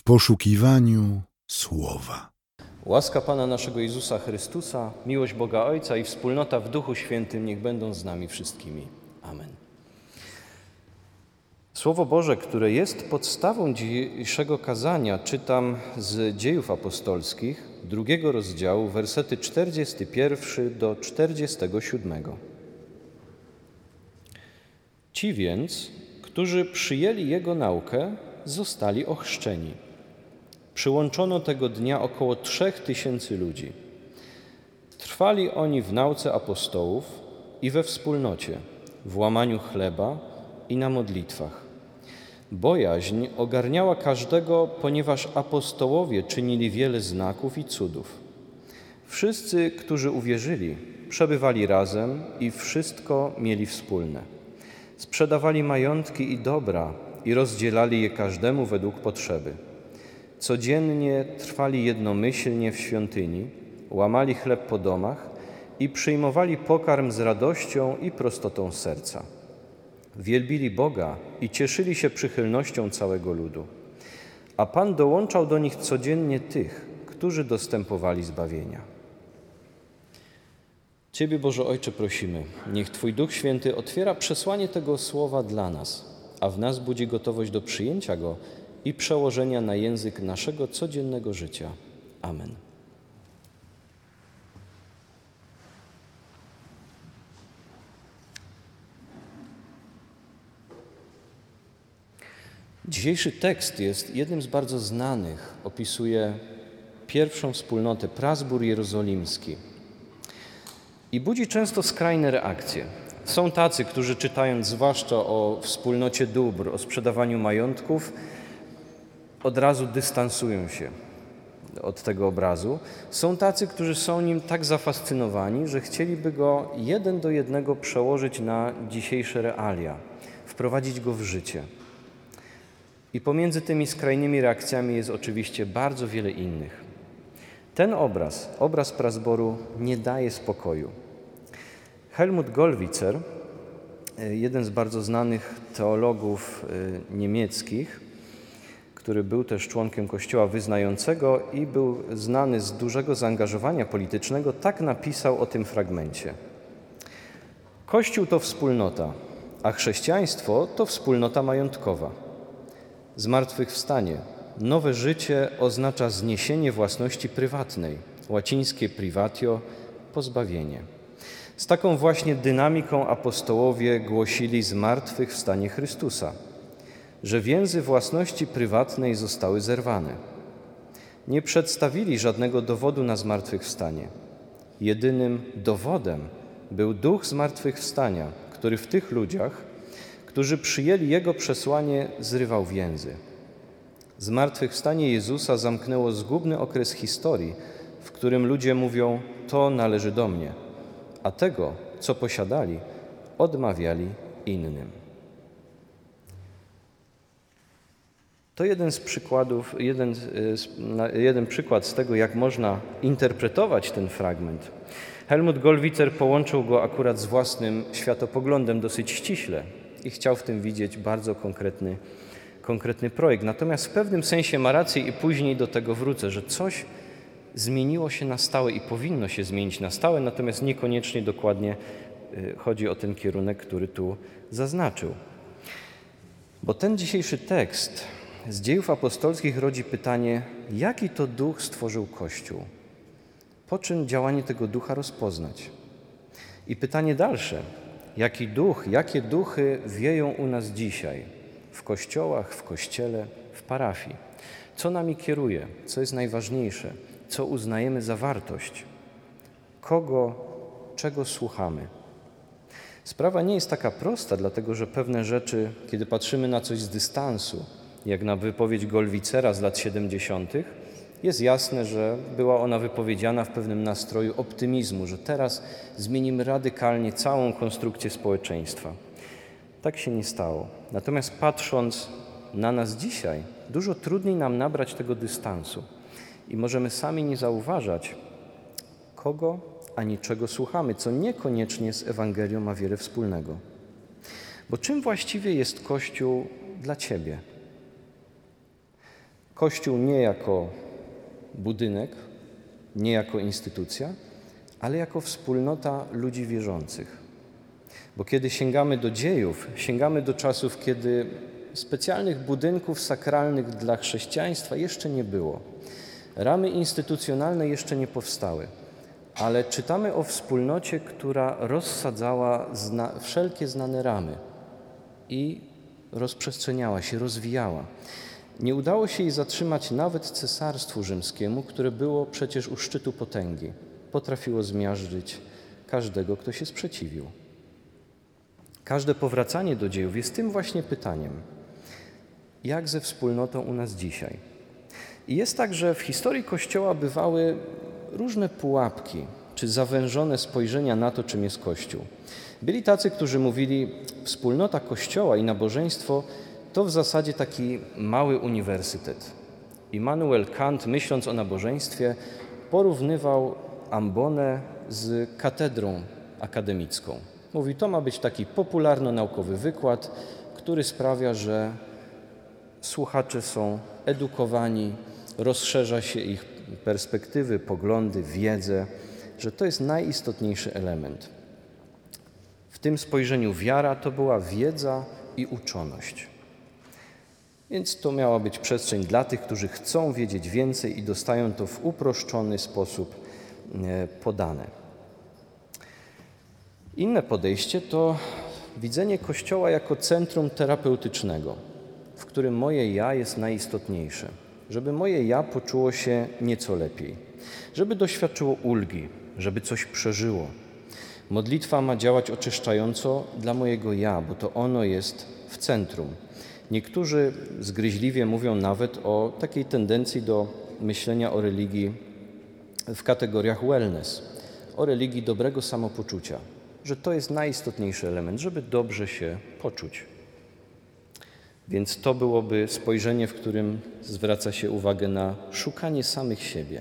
poszukiwaniu słowa. Łaska Pana naszego Jezusa Chrystusa, miłość Boga Ojca i wspólnota w Duchu Świętym niech będą z nami wszystkimi. Amen. Słowo Boże, które jest podstawą dzisiejszego kazania, czytam z Dziejów Apostolskich, 2 rozdziału, wersety 41 do 47. Ci więc, którzy przyjęli Jego naukę, zostali ochrzczeni. Przyłączono tego dnia około 3000 ludzi. Trwali oni w nauce apostołów i we wspólnocie, w łamaniu chleba i na modlitwach. Bojaźń ogarniała każdego, ponieważ apostołowie czynili wiele znaków i cudów. Wszyscy, którzy uwierzyli, przebywali razem i wszystko mieli wspólne. Sprzedawali majątki i dobra i rozdzielali je każdemu według potrzeby. Codziennie trwali jednomyślnie w świątyni, łamali chleb po domach i przyjmowali pokarm z radością i prostotą serca. Wielbili Boga i cieszyli się przychylnością całego ludu. A Pan dołączał do nich codziennie tych, którzy dostępowali zbawienia. Ciebie, Boże Ojcze, prosimy, niech Twój Duch Święty otwiera przesłanie tego słowa dla nas, a w nas budzi gotowość do przyjęcia go i przełożenia na język naszego codziennego życia. Amen. Dzisiejszy tekst jest jednym z bardzo znanych. Opisuje pierwszą wspólnotę, Prasbór Jerozolimski. I budzi często skrajne reakcje. Są tacy, którzy czytając zwłaszcza o wspólnocie dóbr, o sprzedawaniu majątków, od razu dystansują się od tego obrazu. Są tacy, którzy są nim tak zafascynowani, że chcieliby go 1 do 1 przełożyć na dzisiejsze realia, wprowadzić go w życie. I pomiędzy tymi skrajnymi reakcjami jest oczywiście bardzo wiele innych. Ten obraz Prasboru, nie daje spokoju. Helmut Gollwitzer, jeden z bardzo znanych teologów niemieckich, który był też członkiem Kościoła wyznającego i był znany z dużego zaangażowania politycznego, tak napisał o tym fragmencie. Kościół to wspólnota, a chrześcijaństwo to wspólnota majątkowa. Zmartwychwstanie, nowe życie oznacza zniesienie własności prywatnej, łacińskie privatio, pozbawienie. Z taką właśnie dynamiką apostołowie głosili zmartwychwstanie Chrystusa, że więzy własności prywatnej zostały zerwane. Nie przedstawili żadnego dowodu na zmartwychwstanie. Jedynym dowodem był duch zmartwychwstania, który w tych ludziach, którzy przyjęli Jego przesłanie, zrywał więzy. Zmartwychwstanie Jezusa zamknęło zgubny okres historii, w którym ludzie mówią: to należy do mnie, a tego, co posiadali, odmawiali innym. To jeden przykład z tego, jak można interpretować ten fragment. Helmut Gollwitzer połączył go akurat z własnym światopoglądem dosyć ściśle i chciał w tym widzieć bardzo konkretny projekt. Natomiast w pewnym sensie ma rację i później do tego wrócę, że coś zmieniło się na stałe i powinno się zmienić na stałe, natomiast niekoniecznie dokładnie chodzi o ten kierunek, który tu zaznaczył. Bo ten dzisiejszy tekst z Dziejów Apostolskich rodzi pytanie, jaki to duch stworzył Kościół? Po czym działanie tego ducha rozpoznać? I pytanie dalsze, jaki duch, jakie duchy wieją u nas dzisiaj w kościołach, w kościele, w parafii? Co nami kieruje? Co jest najważniejsze? Co uznajemy za wartość? Kogo, czego słuchamy? Sprawa nie jest taka prosta, dlatego że pewne rzeczy, kiedy patrzymy na coś z dystansu, jak na wypowiedź Gollwitzera z lat 70., jest jasne, że była ona wypowiedziana w pewnym nastroju optymizmu, że teraz zmienimy radykalnie całą konstrukcję społeczeństwa. Tak się nie stało. Natomiast patrząc na nas dzisiaj, dużo trudniej nam nabrać tego dystansu i możemy sami nie zauważać, kogo ani czego słuchamy, co niekoniecznie z Ewangelią ma wiele wspólnego. Bo czym właściwie jest Kościół dla Ciebie? Kościół nie jako budynek, nie jako instytucja, ale jako wspólnota ludzi wierzących. Bo kiedy sięgamy do dziejów, sięgamy do czasów, kiedy specjalnych budynków sakralnych dla chrześcijaństwa jeszcze nie było. Ramy instytucjonalne jeszcze nie powstały, ale czytamy o wspólnocie, która rozsadzała wszelkie znane ramy i rozprzestrzeniała się, rozwijała. Nie udało się jej zatrzymać nawet Cesarstwu Rzymskiemu, które było przecież u szczytu potęgi. Potrafiło zmiażdżyć każdego, kto się sprzeciwił. Każde powracanie do dziejów jest tym właśnie pytaniem, jak ze wspólnotą u nas dzisiaj. I jest tak, że w historii Kościoła bywały różne pułapki czy zawężone spojrzenia na to, czym jest Kościół. Byli tacy, którzy mówili, wspólnota Kościoła i nabożeństwo to w zasadzie taki mały uniwersytet. Immanuel Kant, myśląc o nabożeństwie, porównywał ambonę z katedrą akademicką. Mówi, to ma być taki popularno-naukowy wykład, który sprawia, że słuchacze są edukowani, rozszerza się ich perspektywy, poglądy, wiedzę, że to jest najistotniejszy element. W tym spojrzeniu wiara to była wiedza i uczoność. Więc to miała być przestrzeń dla tych, którzy chcą wiedzieć więcej i dostają to w uproszczony sposób podane. Inne podejście to widzenie Kościoła jako centrum terapeutycznego, w którym moje ja jest najistotniejsze, żeby moje ja poczuło się nieco lepiej, żeby doświadczyło ulgi, żeby coś przeżyło. Modlitwa ma działać oczyszczająco dla mojego ja, bo to ono jest w centrum. Niektórzy zgryźliwie mówią nawet o takiej tendencji do myślenia o religii w kategoriach wellness, o religii dobrego samopoczucia, że to jest najistotniejszy element, żeby dobrze się poczuć. Więc to byłoby spojrzenie, w którym zwraca się uwagę na szukanie samych siebie.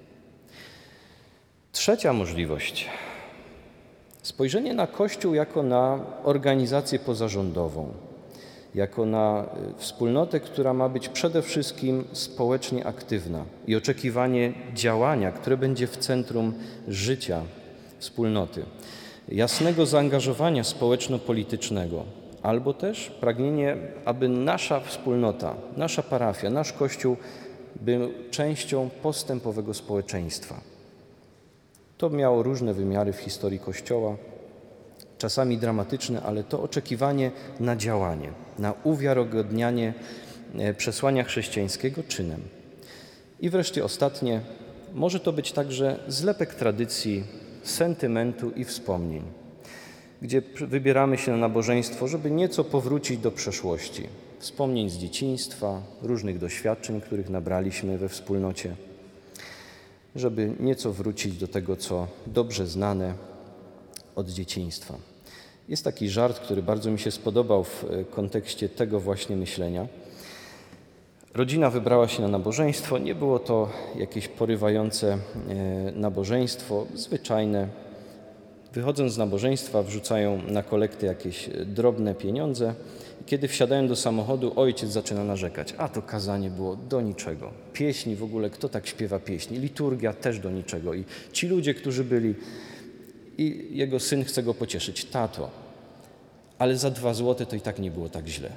Trzecia możliwość. Spojrzenie na Kościół jako na organizację pozarządową, jako na wspólnotę, która ma być przede wszystkim społecznie aktywna i oczekiwanie działania, które będzie w centrum życia wspólnoty, jasnego zaangażowania społeczno-politycznego, albo też pragnienie, aby nasza wspólnota, nasza parafia, nasz Kościół był częścią postępowego społeczeństwa. To miało różne wymiary w historii Kościoła, czasami dramatyczne, ale to oczekiwanie na działanie, na uwiarygodnianie przesłania chrześcijańskiego czynem. I wreszcie ostatnie, może to być także zlepek tradycji, sentymentu i wspomnień, gdzie wybieramy się na nabożeństwo, żeby nieco powrócić do przeszłości, wspomnień z dzieciństwa, różnych doświadczeń, których nabraliśmy we wspólnocie, żeby nieco wrócić do tego, co dobrze znane od dzieciństwa. Jest taki żart, który bardzo mi się spodobał w kontekście tego właśnie myślenia. Rodzina wybrała się na nabożeństwo. Nie było to jakieś porywające nabożeństwo, zwyczajne. Wychodząc z nabożeństwa, wrzucają na kolekty jakieś drobne pieniądze. Kiedy wsiadają do samochodu, ojciec zaczyna narzekać. A to kazanie było do niczego. Pieśni w ogóle, kto tak śpiewa pieśni? Liturgia też do niczego. I ci ludzie, którzy byli... I jego syn chce go pocieszyć. Tato, ale za 2 złote to i tak nie było tak źle.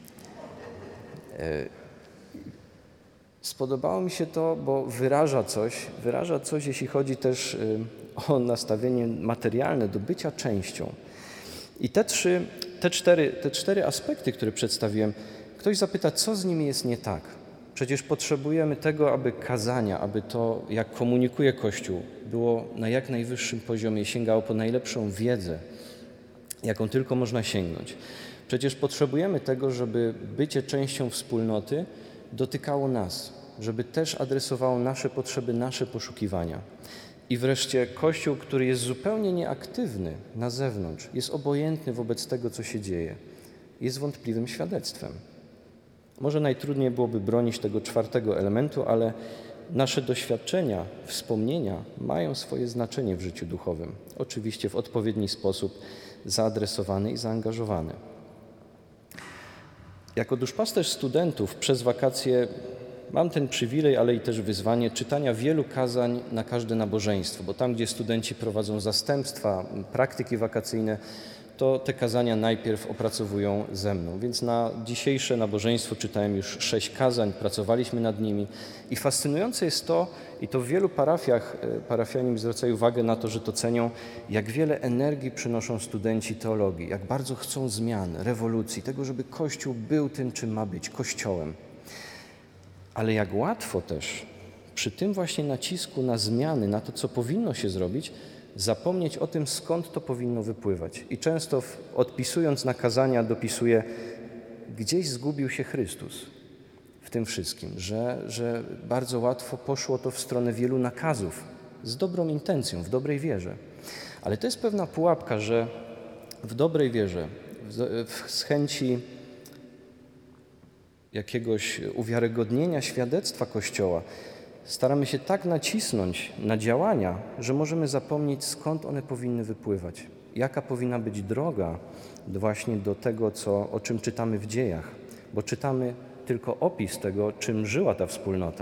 Spodobało mi się to, bo wyraża coś, jeśli chodzi też o nastawienie materialne do bycia częścią. I te cztery aspekty, które przedstawiłem, ktoś zapyta, co z nimi jest nie tak. Przecież potrzebujemy tego, aby kazania, aby to, jak komunikuje Kościół, było na jak najwyższym poziomie, sięgało po najlepszą wiedzę, jaką tylko można sięgnąć. Przecież potrzebujemy tego, żeby bycie częścią wspólnoty dotykało nas, żeby też adresowało nasze potrzeby, nasze poszukiwania. I wreszcie Kościół, który jest zupełnie nieaktywny na zewnątrz, jest obojętny wobec tego, co się dzieje, jest wątpliwym świadectwem. Może najtrudniej byłoby bronić tego 4. elementu, ale nasze doświadczenia, wspomnienia mają swoje znaczenie w życiu duchowym. Oczywiście w odpowiedni sposób zaadresowany i zaangażowany. Jako duszpasterz studentów przez wakacje mam ten przywilej, ale i też wyzwanie czytania wielu kazań na każde nabożeństwo, bo tam, gdzie studenci prowadzą zastępstwa, praktyki wakacyjne, to te kazania najpierw opracowują ze mną. Więc na dzisiejsze nabożeństwo czytałem już 6 kazań, pracowaliśmy nad nimi i fascynujące jest to, i to w wielu parafiach, parafianie mi zwracają uwagę na to, że to cenią, jak wiele energii przynoszą studenci teologii, jak bardzo chcą zmian, rewolucji, tego, żeby Kościół był tym, czym ma być, Kościołem. Ale jak łatwo też przy tym właśnie nacisku na zmiany, na to, co powinno się zrobić, zapomnieć o tym, skąd to powinno wypływać. I często odpisując na kazania dopisuję, gdzieś zgubił się Chrystus w tym wszystkim, że bardzo łatwo poszło to w stronę wielu nakazów z dobrą intencją, w dobrej wierze. Ale to jest pewna pułapka, że w dobrej wierze, z chęci jakiegoś uwiarygodnienia świadectwa Kościoła staramy się tak nacisnąć na działania, że możemy zapomnieć, skąd one powinny wypływać, jaka powinna być droga właśnie do tego, o czym czytamy w dziejach, bo czytamy tylko opis tego, czym żyła ta wspólnota.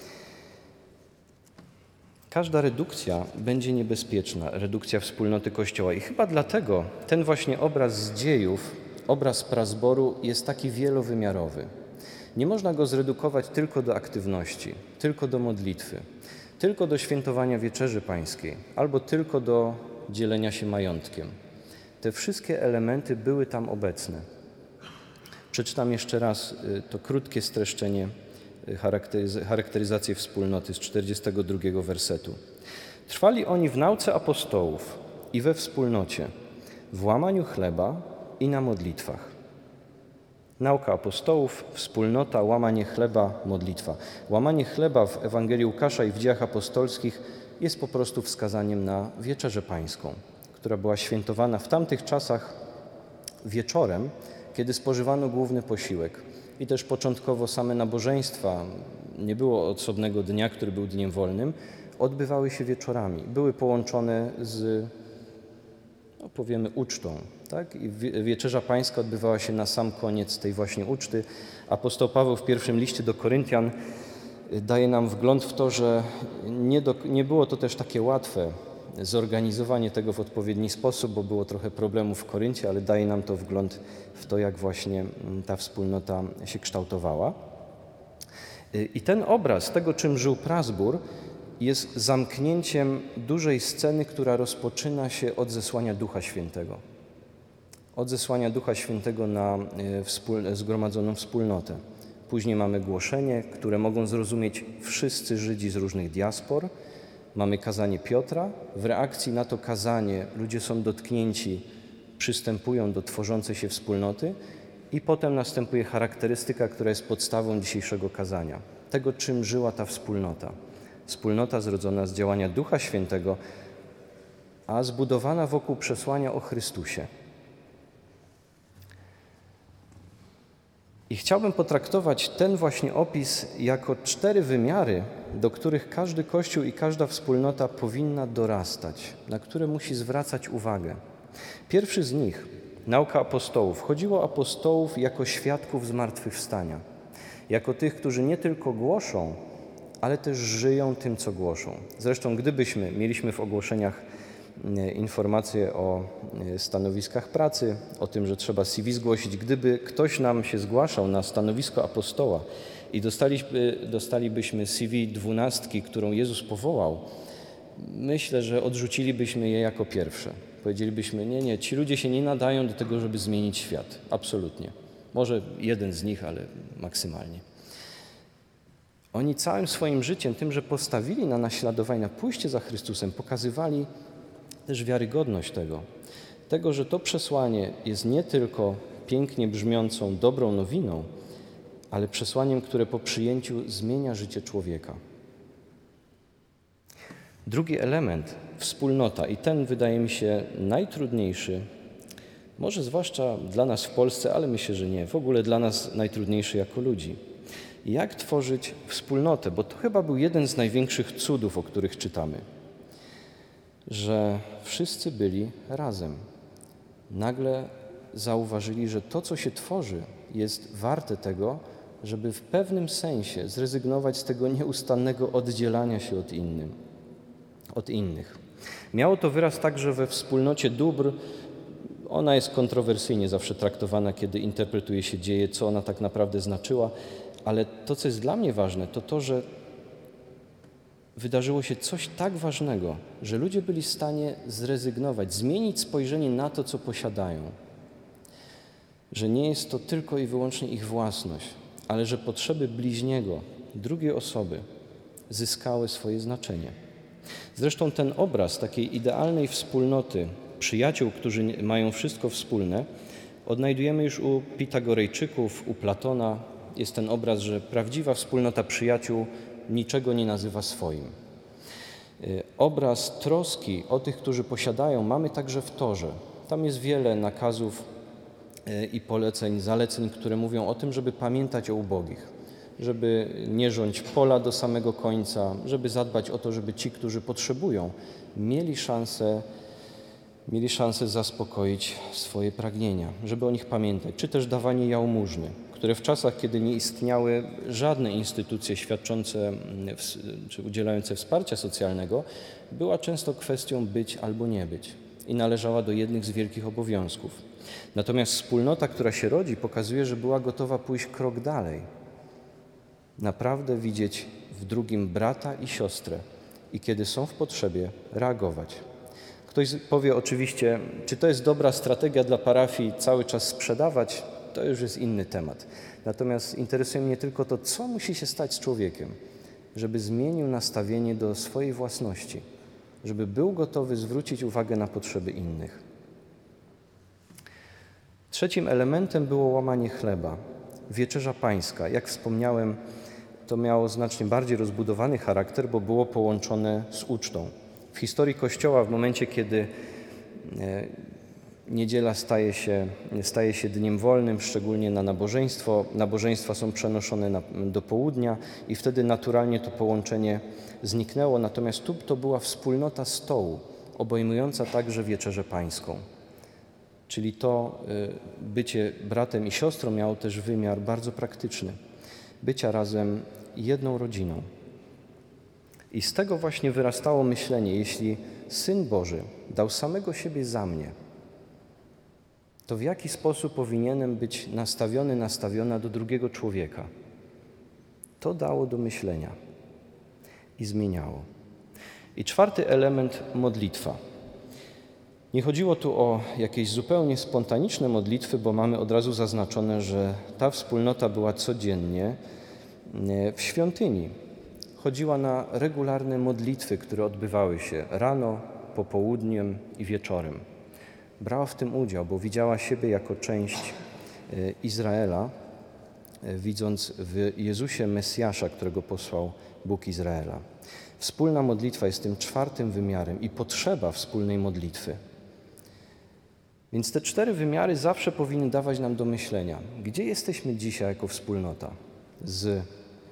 Każda redukcja będzie niebezpieczna, redukcja wspólnoty Kościoła i chyba dlatego ten właśnie obraz z dziejów, obraz prazboru jest taki wielowymiarowy. Nie można go zredukować tylko do aktywności, tylko do modlitwy, tylko do świętowania Wieczerzy Pańskiej albo tylko do dzielenia się majątkiem. Te wszystkie elementy były tam obecne. Przeczytam jeszcze raz to krótkie streszczenie, charakteryzację wspólnoty z 42 wersetu. Trwali oni w nauce apostołów i we wspólnocie, w łamaniu chleba i na modlitwach. Nauka apostołów, wspólnota, łamanie chleba, modlitwa. Łamanie chleba w Ewangelii Łukasza i w Dziejach Apostolskich jest po prostu wskazaniem na Wieczerzę Pańską, która była świętowana w tamtych czasach wieczorem, kiedy spożywano główny posiłek. I też początkowo same nabożeństwa, nie było osobnego dnia, który był dniem wolnym, odbywały się wieczorami. Były połączone z, powiemy, ucztą. Tak? I Wieczerza Pańska odbywała się na sam koniec tej właśnie uczty. Apostoł Paweł w pierwszym liście do Koryntian daje nam wgląd w to, że nie było to też takie łatwe zorganizowanie tego w odpowiedni sposób, bo było trochę problemów w Koryncie, ale daje nam to wgląd w to, jak właśnie ta wspólnota się kształtowała. I ten obraz tego, czym żył Prasbór, jest zamknięciem dużej sceny, która rozpoczyna się od zesłania Ducha Świętego. Od zesłania Ducha Świętego na zgromadzoną wspólnotę. Później mamy głoszenie, które mogą zrozumieć wszyscy Żydzi z różnych diaspor. Mamy kazanie Piotra. W reakcji na to kazanie ludzie są dotknięci, przystępują do tworzącej się wspólnoty i potem następuje charakterystyka, która jest podstawą dzisiejszego kazania. Tego, czym żyła ta wspólnota. Wspólnota zrodzona z działania Ducha Świętego, a zbudowana wokół przesłania o Chrystusie. I chciałbym potraktować ten właśnie opis jako 4 wymiary, do których każdy Kościół i każda wspólnota powinna dorastać, na które musi zwracać uwagę. Pierwszy z nich, nauka apostołów. Chodziło o apostołów jako świadków zmartwychwstania, jako tych, którzy nie tylko głoszą, ale też żyją tym, co głoszą. Zresztą mieliśmy w ogłoszeniach informacje o stanowiskach pracy, o tym, że trzeba CV zgłosić. Gdyby ktoś nam się zgłaszał na stanowisko apostoła i dostalibyśmy CV 12, którą Jezus powołał, myślę, że odrzucilibyśmy je jako pierwsze. Powiedzielibyśmy, nie, ci ludzie się nie nadają do tego, żeby zmienić świat. Absolutnie. Może jeden z nich, ale maksymalnie. Oni całym swoim życiem, tym, że postawili na naśladowanie, na pójście za Chrystusem, pokazywali też wiarygodność tego, że to przesłanie jest nie tylko pięknie brzmiącą, dobrą nowiną, ale przesłaniem, które po przyjęciu zmienia życie człowieka. Drugi element, wspólnota, i ten wydaje mi się najtrudniejszy, może zwłaszcza dla nas w Polsce, ale myślę, że nie, w ogóle dla nas najtrudniejszy jako ludzi. Jak tworzyć wspólnotę, bo to chyba był jeden z największych cudów, o których czytamy, że wszyscy byli razem. Nagle zauważyli, że to, co się tworzy, jest warte tego, żeby w pewnym sensie zrezygnować z tego nieustannego oddzielania się od innych. Miało to wyraz także we wspólnocie dóbr. Ona jest kontrowersyjnie zawsze traktowana, kiedy interpretuje się dzieje, co ona tak naprawdę znaczyła, ale to, co jest dla mnie ważne, to to, że wydarzyło się coś tak ważnego, że ludzie byli w stanie zrezygnować, zmienić spojrzenie na to, co posiadają. Że nie jest to tylko i wyłącznie ich własność, ale że potrzeby bliźniego, drugiej osoby zyskały swoje znaczenie. Zresztą ten obraz takiej idealnej wspólnoty, przyjaciół, którzy mają wszystko wspólne, odnajdujemy już u Pitagorejczyków, u Platona. Jest ten obraz, że prawdziwa wspólnota przyjaciół niczego nie nazywa swoim. Obraz troski o tych, którzy posiadają, mamy także w Torze. Tam jest wiele nakazów i poleceń, zaleceń, które mówią o tym, żeby pamiętać o ubogich, żeby nie rząć pola do samego końca, żeby zadbać o to, żeby ci, którzy potrzebują, mieli szansę zaspokoić swoje pragnienia, żeby o nich pamiętać, czy też dawanie jałmużny, które w czasach, kiedy nie istniały żadne instytucje świadczące czy udzielające wsparcia socjalnego, była często kwestią być albo nie być i należała do jednych z wielkich obowiązków. Natomiast wspólnota, która się rodzi, pokazuje, że była gotowa pójść krok dalej, naprawdę widzieć w drugim brata i siostrę i kiedy są w potrzebie, reagować. Ktoś powie oczywiście, czy to jest dobra strategia dla parafii cały czas sprzedawać, to już jest inny temat. Natomiast interesuje mnie tylko to, co musi się stać z człowiekiem, żeby zmienił nastawienie do swojej własności, żeby był gotowy zwrócić uwagę na potrzeby innych. Trzecim elementem było łamanie chleba, wieczerza pańska. Jak wspomniałem, to miało znacznie bardziej rozbudowany charakter, bo było połączone z ucztą. W historii Kościoła, w momencie, kiedy niedziela staje się dniem wolnym, szczególnie na nabożeństwo, nabożeństwa są przenoszone do południa i wtedy naturalnie to połączenie zniknęło. Natomiast tu to była wspólnota stołu, obejmująca także wieczerzę pańską. Czyli to bycie bratem i siostrą miało też wymiar bardzo praktyczny, bycia razem jedną rodziną. I z tego właśnie wyrastało myślenie, jeśli Syn Boży dał samego siebie za mnie, to w jaki sposób powinienem być nastawiona do drugiego człowieka? To dało do myślenia i zmieniało. I czwarty element, modlitwa. Nie chodziło tu o jakieś zupełnie spontaniczne modlitwy, bo mamy od razu zaznaczone, że ta wspólnota była codziennie w świątyni. Chodziła na regularne modlitwy, które odbywały się rano, popołudniem i wieczorem. Brała w tym udział, bo widziała siebie jako część Izraela, widząc w Jezusie Mesjasza, którego posłał Bóg Izraela. Wspólna modlitwa jest tym czwartym wymiarem i potrzeba wspólnej modlitwy. Więc te 4 wymiary zawsze powinny dawać nam do myślenia, gdzie jesteśmy dzisiaj jako wspólnota z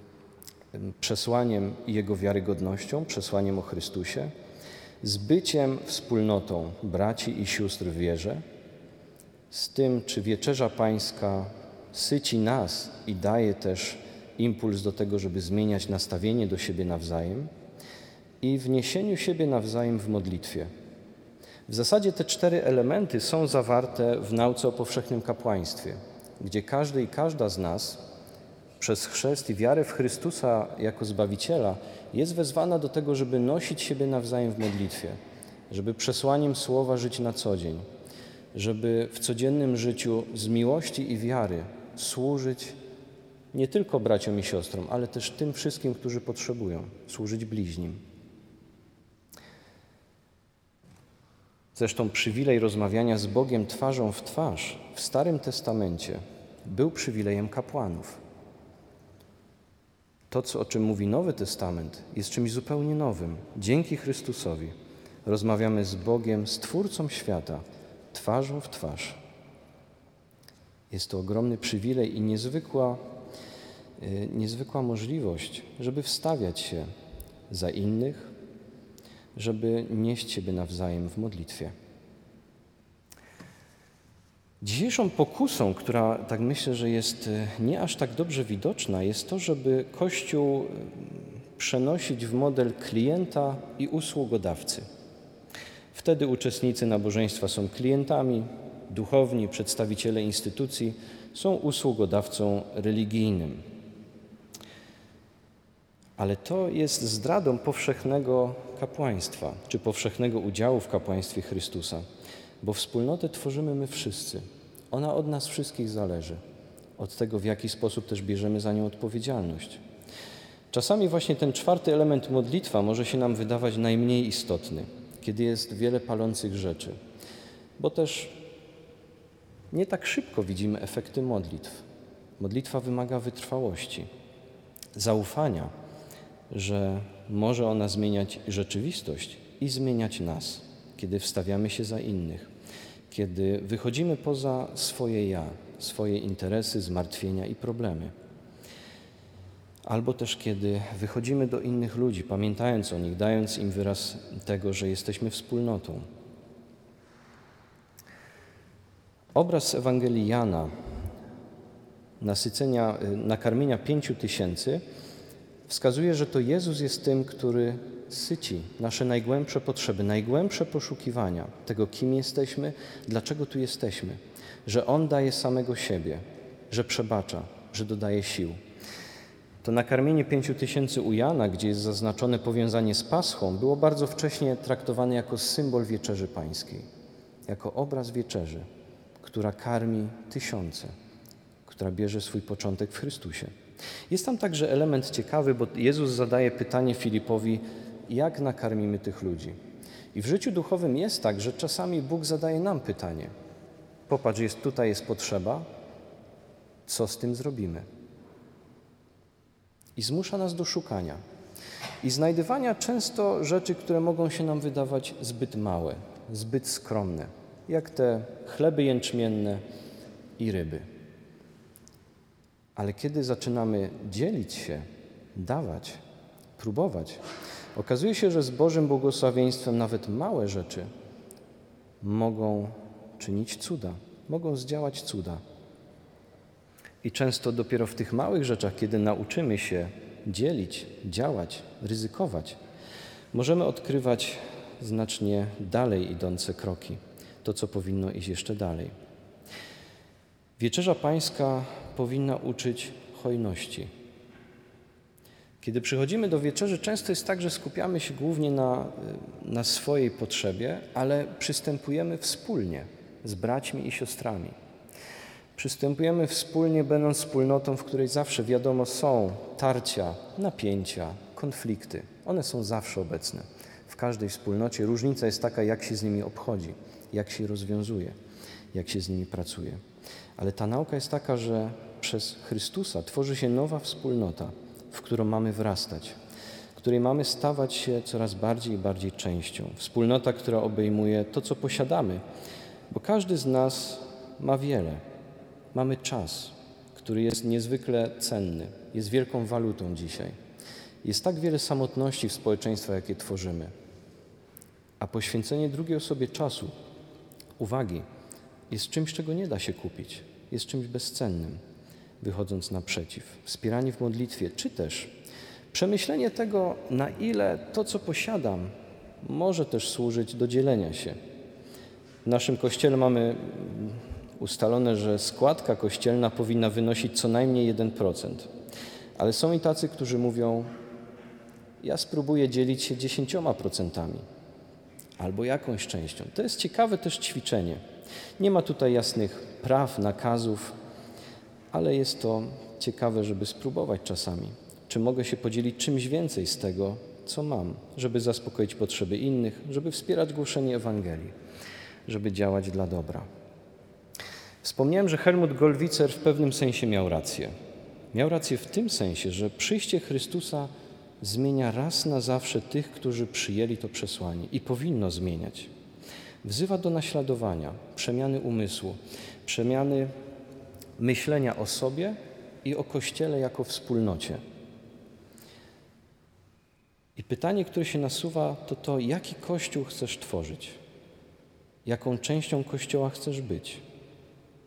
przesłaniem i jego wiarygodnością, przesłaniem o Chrystusie, z byciem wspólnotą braci i sióstr w wierze, z tym, czy wieczerza pańska syci nas i daje też impuls do tego, żeby zmieniać nastawienie do siebie nawzajem i wniesieniu siebie nawzajem w modlitwie. W zasadzie te 4 elementy są zawarte w nauce o powszechnym kapłaństwie, gdzie każdy i każda z nas przez chrzest i wiarę w Chrystusa jako Zbawiciela jest wezwana do tego, żeby nosić siebie nawzajem w modlitwie, żeby przesłaniem Słowa żyć na co dzień, żeby w codziennym życiu z miłości i wiary służyć nie tylko braciom i siostrom, ale też tym wszystkim, którzy potrzebują, służyć bliźnim. Zresztą przywilej rozmawiania z Bogiem twarzą w twarz w Starym Testamencie był przywilejem kapłanów. To, o czym mówi Nowy Testament, jest czymś zupełnie nowym. Dzięki Chrystusowi rozmawiamy z Bogiem, Stwórcą świata, twarzą w twarz. Jest to ogromny przywilej i niezwykła możliwość, żeby wstawiać się za innych, żeby nieść siebie nawzajem w modlitwie. Dzisiejszą pokusą, która tak myślę, że jest nie aż tak dobrze widoczna, jest to, żeby Kościół przenosić w model klienta i usługodawcy. Wtedy uczestnicy nabożeństwa są klientami, duchowni, przedstawiciele instytucji są usługodawcą religijnym. Ale to jest zdradą powszechnego kapłaństwa, czy powszechnego udziału w kapłaństwie Chrystusa, bo wspólnotę tworzymy my wszyscy. Ona od nas wszystkich zależy, od tego, w jaki sposób też bierzemy za nią odpowiedzialność. Czasami właśnie ten czwarty element, modlitwa, może się nam wydawać najmniej istotny, kiedy jest wiele palących rzeczy, bo też nie tak szybko widzimy efekty modlitw. Modlitwa wymaga wytrwałości, zaufania, że może ona zmieniać rzeczywistość i zmieniać nas, kiedy wstawiamy się za innych, kiedy wychodzimy poza swoje ja, swoje interesy, zmartwienia i problemy. Albo też kiedy wychodzimy do innych ludzi, pamiętając o nich, dając im wyraz tego, że jesteśmy wspólnotą. Obraz Ewangelii Jana, nakarmienia 5000, wskazuje, że to Jezus jest tym, który syci nasze najgłębsze potrzeby, najgłębsze poszukiwania tego, kim jesteśmy, dlaczego tu jesteśmy, że On daje samego siebie, że przebacza, że dodaje sił. To nakarmienie 5000 u Jana, gdzie jest zaznaczone powiązanie z Paschą, było bardzo wcześnie traktowane jako symbol wieczerzy pańskiej, jako obraz wieczerzy, która karmi tysiące, która bierze swój początek w Chrystusie. Jest tam także element ciekawy, bo Jezus zadaje pytanie Filipowi, jak nakarmimy tych ludzi. I w życiu duchowym jest tak, że czasami Bóg zadaje nam pytanie. Popatrz, tutaj jest potrzeba, co z tym zrobimy? I zmusza nas do szukania i znajdywania często rzeczy, które mogą się nam wydawać zbyt małe, zbyt skromne, jak te chleby jęczmienne i ryby. Ale kiedy zaczynamy dzielić się, dawać, próbować, okazuje się, że z Bożym błogosławieństwem nawet małe rzeczy mogą czynić cuda, mogą zdziałać cuda. I często dopiero w tych małych rzeczach, kiedy nauczymy się dzielić, działać, ryzykować, możemy odkrywać znacznie dalej idące kroki, to, co powinno iść jeszcze dalej. Wieczerza Pańska powinna uczyć hojności. Kiedy przychodzimy do wieczerzy, często jest tak, że skupiamy się głównie na swojej potrzebie, ale przystępujemy wspólnie z braćmi i siostrami. Przystępujemy wspólnie, będąc wspólnotą, w której zawsze, wiadomo, są tarcia, napięcia, konflikty. One są zawsze obecne w każdej wspólnocie. Różnica jest taka, jak się z nimi obchodzi, jak się rozwiązuje, jak się z nimi pracuje. Ale ta nauka jest taka, że przez Chrystusa tworzy się nowa wspólnota, w którą mamy wrastać, w której mamy stawać się coraz bardziej i bardziej częścią. Wspólnota, która obejmuje to, co posiadamy, bo każdy z nas ma wiele. Mamy czas, który jest niezwykle cenny, jest wielką walutą dzisiaj. Jest tak wiele samotności w społeczeństwach, jakie tworzymy. A poświęcenie drugiej osobie czasu, uwagi, jest czymś, czego nie da się kupić. Jest czymś bezcennym, wychodząc naprzeciw. Wspieranie w modlitwie, czy też przemyślenie tego, na ile to, co posiadam, może też służyć do dzielenia się. W naszym Kościele mamy ustalone, że składka kościelna powinna wynosić co najmniej 1%. Ale są i tacy, którzy mówią, ja spróbuję dzielić się 10% albo jakąś częścią. To jest ciekawe też ćwiczenie. Nie ma tutaj jasnych praw, nakazów, ale jest to ciekawe, żeby spróbować czasami. Czy mogę się podzielić czymś więcej z tego, co mam, żeby zaspokoić potrzeby innych, żeby wspierać głoszenie Ewangelii, żeby działać dla dobra. Wspomniałem, że Helmut Gollwitzer w pewnym sensie miał rację. Miał rację w tym sensie, że przyjście Chrystusa zmienia raz na zawsze tych, którzy przyjęli to przesłanie i powinno zmieniać. Wzywa do naśladowania, przemiany umysłu, przemiany myślenia o sobie i o Kościele jako wspólnocie. I pytanie, które się nasuwa, to jaki Kościół chcesz tworzyć? Jaką częścią Kościoła chcesz być?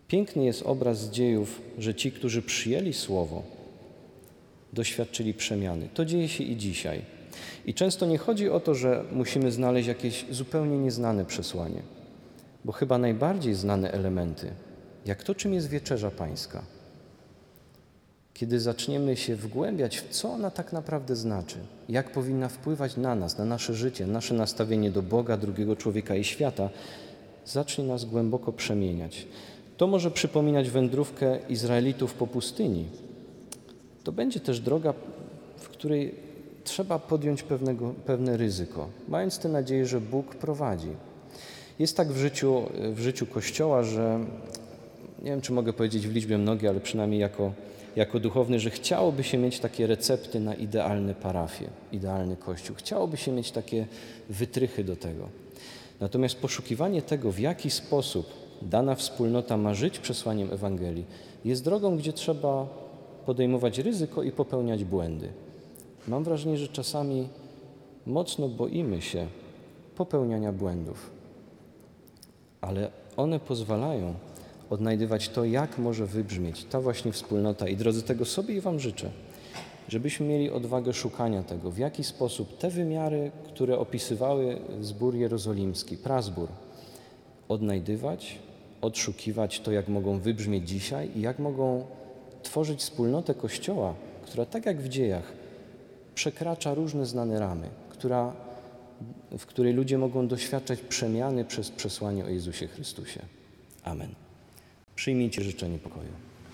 Piękny jest obraz z dziejów, że ci, którzy przyjęli Słowo, doświadczyli przemiany. To dzieje się i dzisiaj. I często nie chodzi o to, że musimy znaleźć jakieś zupełnie nieznane przesłanie, bo chyba najbardziej znane elementy, jak to, czym jest Wieczerza Pańska, kiedy zaczniemy się wgłębiać w co ona tak naprawdę znaczy, jak powinna wpływać na nas, na nasze życie, nasze nastawienie do Boga, drugiego człowieka i świata, zacznie nas głęboko przemieniać. To może przypominać wędrówkę Izraelitów po pustyni. To będzie też droga, w której trzeba podjąć pewne ryzyko, mając tę nadzieję, że Bóg prowadzi. Jest tak w życiu Kościoła, że nie wiem, czy mogę powiedzieć w liczbie mnogiej, ale przynajmniej jako duchowny, że chciałoby się mieć takie recepty na idealne parafie, idealny Kościół. Chciałoby się mieć takie wytrychy do tego. Natomiast poszukiwanie tego, w jaki sposób dana wspólnota ma żyć przesłaniem Ewangelii, jest drogą, gdzie trzeba podejmować ryzyko i popełniać błędy. Mam wrażenie, że czasami mocno boimy się popełniania błędów, ale one pozwalają odnajdywać to, jak może wybrzmieć ta właśnie wspólnota. I drodzy, tego sobie i Wam życzę, żebyśmy mieli odwagę szukania tego, w jaki sposób te wymiary, które opisywały zbór jerozolimski, prazbór, odnajdywać, odszukiwać to, jak mogą wybrzmieć dzisiaj i jak mogą tworzyć wspólnotę Kościoła, która tak jak w dziejach przekracza różne znane ramy, w której ludzie mogą doświadczać przemiany przez przesłanie o Jezusie Chrystusie. Amen. Przyjmijcie życzenie pokoju.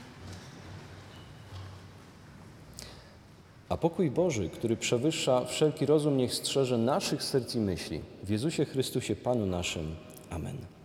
A pokój Boży, który przewyższa wszelki rozum, niech strzeże naszych serc i myśli. W Jezusie Chrystusie, Panu naszym. Amen.